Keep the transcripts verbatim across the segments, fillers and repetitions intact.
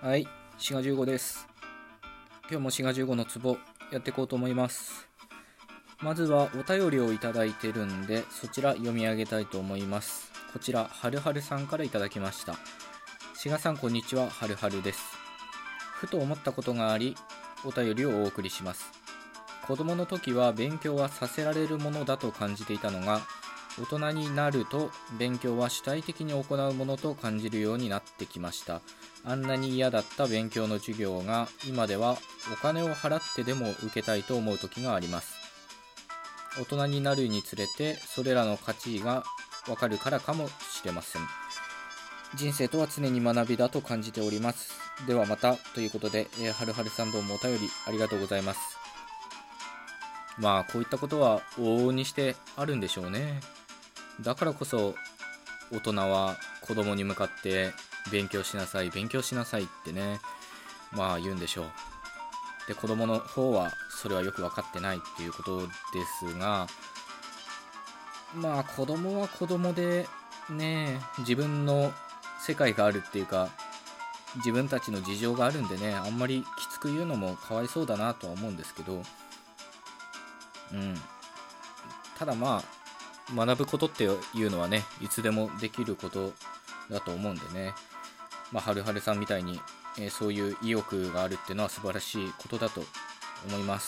はい、しがじゅうごです。今日もしがじゅうごのツボやっていこうと思います。まずはお便りをいただいてるんで、そちら読み上げたいと思います。こちら、はるはるさんからいただきました。しがさんこんにちは、はるはるです。ふと思ったことがあり、お便りをお送りします。子供の時は勉強はさせられるものだと感じていたのが、大人になると勉強は主体的に行うものと感じるようになってきました。あんなに嫌だった勉強の授業が今ではお金を払ってでも受けたいと思う時があります。大人になるにつれてそれらの価値がわかるからかもしれません。人生とは常に学びだと感じております。ではまたということで、えー、はるはるさんどうもお便りありがとうございます。まあこういったことは往々にしてあるんでしょうね。だからこそ大人は子供に向かって勉強しなさい勉強しなさいってね、まあ言うんでしょう。で、子供の方はそれはよく分かってないっていうことですが、まあ子供は子供でね、自分の世界があるっていうか、自分たちの事情があるんでね、あんまりきつく言うのもかわいそうだなとは思うんですけど、うんただまあ学ぶことっていうのはね、いつでもできることだと思うんでね、まあ、はるはるさんみたいに、えー、そういう意欲があるっていうのは素晴らしいことだと思います。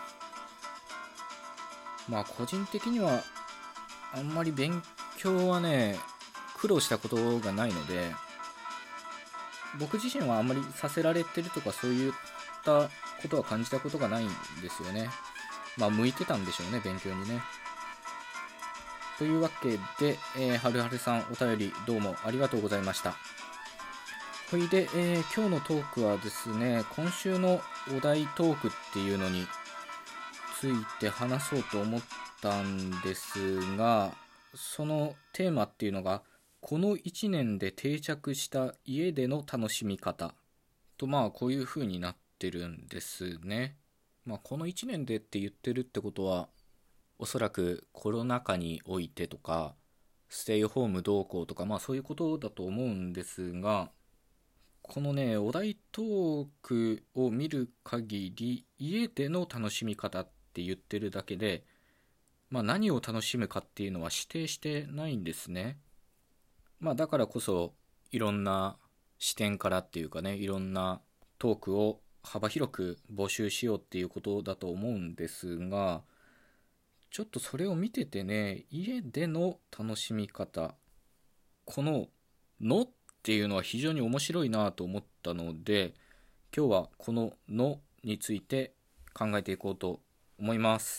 まあ個人的にはあんまり勉強はね苦労したことがないので、僕自身はあんまりさせられてるとかそういったことは感じたことがないんですよね。まあ向いてたんでしょうね、勉強にね。というわけで、えー、はるはるさんお便りどうもありがとうございました。ほいで、えー、今日のトークはですね、今週のお題トークっていうのについて話そうと思ったんですが、そのテーマっていうのが、このいちねんで定着した家での楽しみ方と、まあこういう風になってるんですね。まあこのいちねんでって言ってるってことは、おそらくコロナ禍においてとかステイホームどうこうとか、まあそういうことだと思うんですが、このねお題トークを見る限り、家での楽しみ方って言ってるだけで、まあ何を楽しむかっていうのは指定してないんですね。まあだからこそいろんな視点からっていうかね、いろんなトークを幅広く募集しようっていうことだと思うんですが、ちょっとそれを見ててね、家での楽しみ方、こののっていうのは非常に面白いなと思ったので、今日はこののについて考えていこうと思います。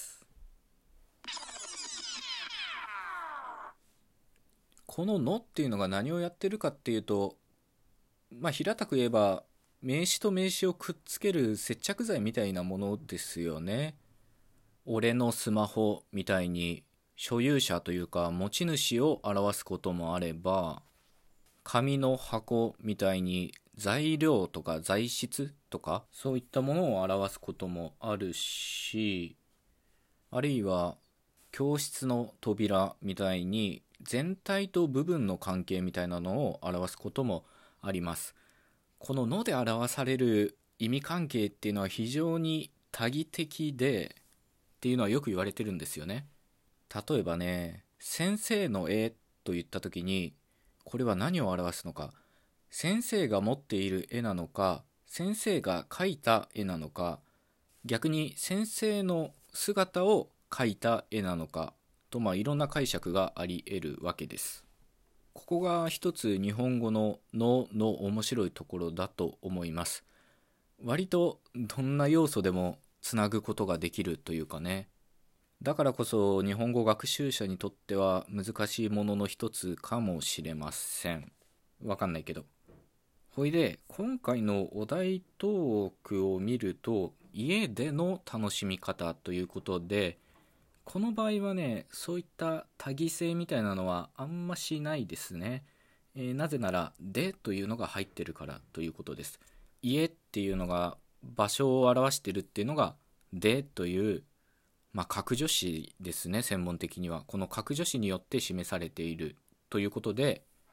こののっていうのが何をやってるかっていうと、まあ平たく言えば名詞と名詞をくっつける接着剤みたいなものですよね。俺のスマホみたいに所有者というか持ち主を表すこともあれば、紙の箱みたいに材料とか材質とかそういったものを表すこともあるし、あるいは教室の扉みたいに全体と部分の関係みたいなのを表すこともあります。このので表される意味関係っていうのは非常に多義的でっていうのはよく言われてるんですよね。例えばね、先生の絵と言った時に、これは何を表すのか、先生が持っている絵なのか、先生が描いた絵なのか、逆に先生の姿を描いた絵なのかと、まあいろんな解釈があり得るわけです。ここが一つ日本語ののの面白いところだと思います。割とどんな要素でもつなぐことができるというかね。だからこそ日本語学習者にとっては難しいものの一つかもしれません。わかんないけど。ほいで、今回のお題トークを見ると、家での楽しみ方ということで、この場合はね、そういった多義性みたいなのはあんましないですね。えーなぜなら、でというのが入ってるからということです。家っていうのが場所を表してるっていうのが、でという、まあ、格助詞ですね。専門的にはこの格助詞によって示されているということで、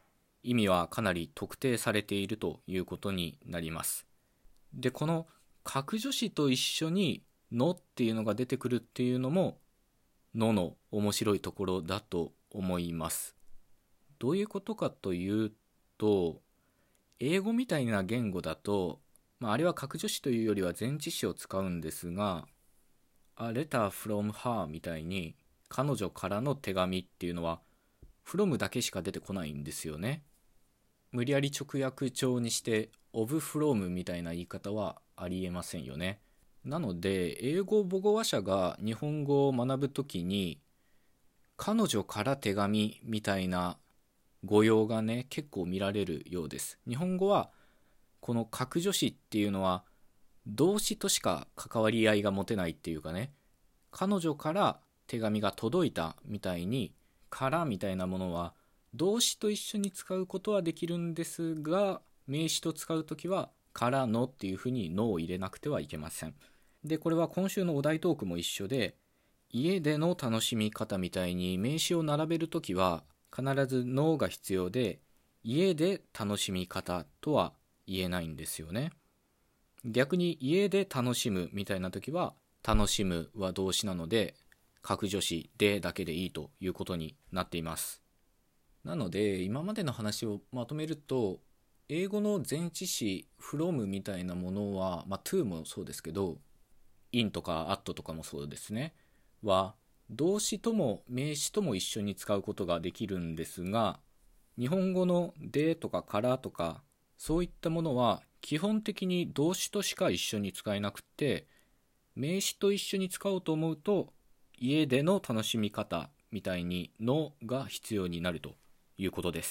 意味はかなり特定されているということになります。で、この格助詞と一緒にのっていうのが出てくるっていうのものの面白いところだと思います。どういうことかというと、英語みたいな言語だと、まあ、あれは格助詞というよりは前置詞を使うんですが、A letter from her みたいに彼女からの手紙っていうのは from だけしか出てこないんですよね。無理やり直訳調にして of from みたいな言い方はありえませんよね。なので英語母語話者が日本語を学ぶときに彼女から手紙みたいな語用がね結構見られるようです。日本語はこの格助詞っていうのは動詞としか関わり合いが持てないっていうかね、彼女から手紙が届いたみたいにからみたいなものは動詞と一緒に使うことはできるんですが、名詞と使うときはからのっていうふうにのを入れなくてはいけません。で、これは今週のお題トークも一緒で、家での楽しみ方みたいに名詞を並べるときは必ずのが必要で、家で楽しみ方とは言えないんですよね。逆に家で楽しむみたいなときは楽しむは動詞なので格助詞でだけでいいということになっています。なので今までの話をまとめると、英語の前置詞 from みたいなものは、まあ、to もそうですけど in とか at とかもそうですねは動詞とも名詞とも一緒に使うことができるんですが、日本語のでとかからとかそういったものは基本的に動詞としか一緒に使えなくて、名詞と一緒に使おうと思うと家での楽しみ方みたいにのが必要になるということです。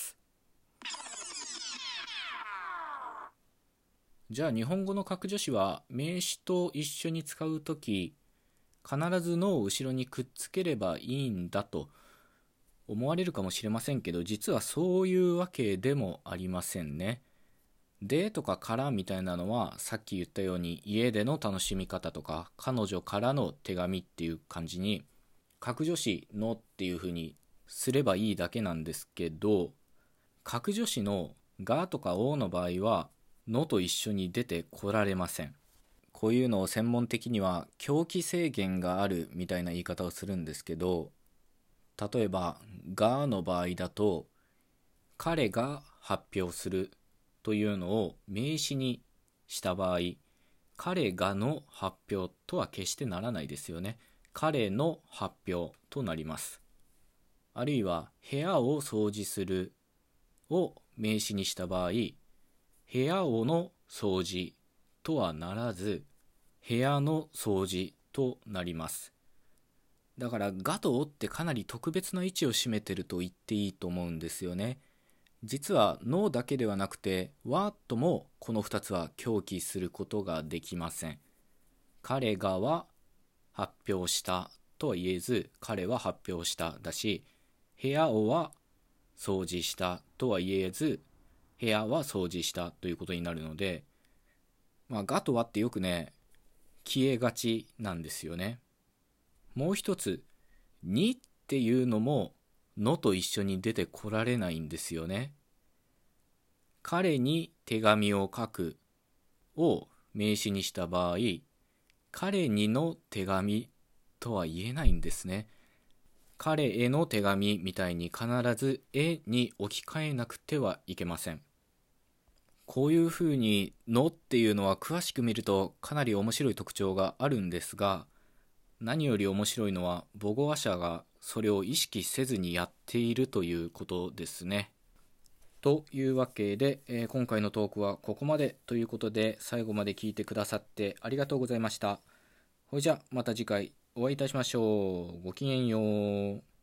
じゃあ日本語の格助詞は名詞と一緒に使うとき必ずのを後ろにくっつければいいんだと思われるかもしれませんけど、実はそういうわけでもありませんね。でとかからみたいなのはさっき言ったように家での楽しみ方とか彼女からの手紙っていう感じに格助詞のっていう風にすればいいだけなんですけど、格助詞のがとかおの場合はのと一緒に出てこられません。こういうのを専門的には狂気制限があるみたいな言い方をするんですけど、例えばがの場合だと彼が発表するというのを名詞にした場合、彼がの発表とは決してならないですよね。彼の発表となります。あるいは部屋を掃除するを名詞にした場合、部屋をの掃除とはならず部屋の掃除となります。だからがとおってかなり特別な位置を占めてると言っていいと思うんですよね。実はのだけではなくてはともこのふたつは狂気することができません。彼がは発表したとは言えず彼は発表しただし、部屋をは掃除したとは言えず部屋は掃除したということになるので、まあがとはってよくね消えがちなんですよね。もう一つにっていうのものと一緒に出てこられないんですよね。彼に手紙を書くを名詞にした場合、彼にの手紙とは言えないんですね。彼への手紙みたいに必ずへに置き換えなくてはいけません。こういうふうにのっていうのは詳しく見るとかなり面白い特徴があるんですが、何より面白いのは母語話者がそれを意識せずにやっているということですね。というわけで、えー、今回のトークはここまでということで、最後まで聞いてくださってありがとうございました。ほいじゃまた次回お会いいたしましょう。ごきげんよう。